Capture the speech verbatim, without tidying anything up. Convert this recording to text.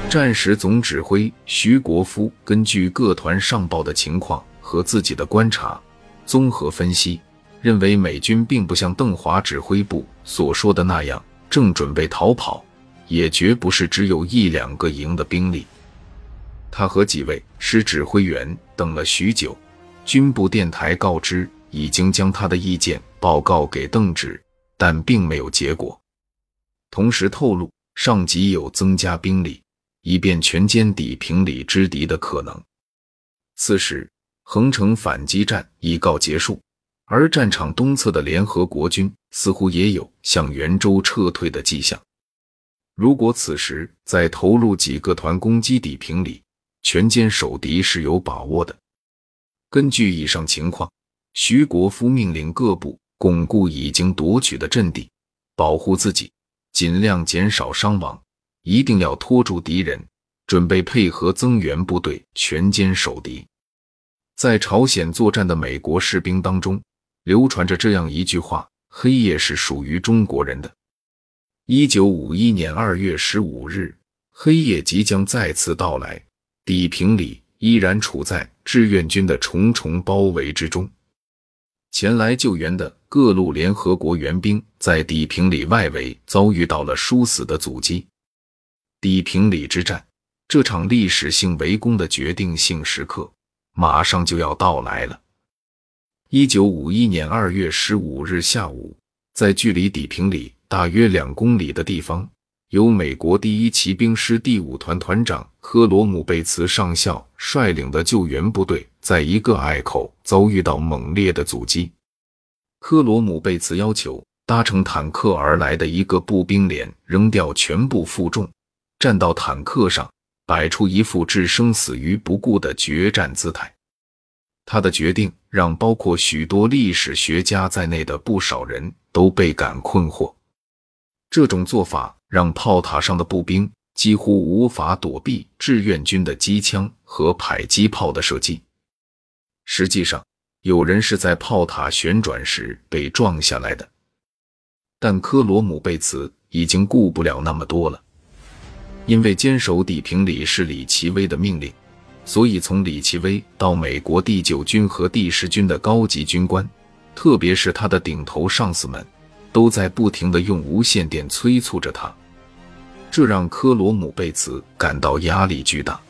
战时总指挥徐国夫根据各团上报的情况和自己的观察，综合分析，认为美军并不像邓华指挥部所说的那样正准备逃跑，也绝不是只有一两个营的兵力。他和几位师指挥员等了许久，军部电台告知已经将他的意见报告给邓指，但并没有结果。同时透露上级有增加兵力，以便全歼砥平里之敌的可能。此时横城反击战已告结束，而战场东侧的联合国军似乎也有向袁州撤退的迹象。如果此时再投入几个团攻击砥平里，全歼守敌是有把握的。根据以上情况，徐国夫命令各部巩固已经夺取的阵地，保护自己，尽量减少伤亡，一定要拖住敌人，准备配合增援部队全歼守敌。在朝鲜作战的美国士兵当中，流传着这样一句话：黑夜是属于中国人的。一九五一年二月十五日，黑夜即将再次到来，砥平里依然处在志愿军的重重包围之中。前来救援的各路联合国援兵在砥平里外围遭遇到了殊死的阻击。砥平里之战，这场历史性围攻的决定性时刻马上就要到来了。一九五一年二月十五日下午，在距离砥平里大约两公里的地方，由美国第一骑兵师第五团团长科罗姆贝茨上校率领的救援部队在一个隘口遭遇到猛烈的阻击。科罗姆贝茨要求搭乘坦克而来的一个步兵连扔掉全部负重，站到坦克上，摆出一副置生死于不顾的决战姿态。他的决定让包括许多历史学家在内的不少人都倍感困惑。这种做法让炮塔上的步兵几乎无法躲避志愿军的机枪和迫击炮的射击。实际上，有人是在炮塔旋转时被撞下来的。但科罗姆贝茨已经顾不了那么多了。因为坚守砥平里是李奇微的命令，所以从李奇微到美国第九军和第十军的高级军官，特别是他的顶头上司们，都在不停地用无线电催促着他，这让科罗姆贝茨感到压力巨大。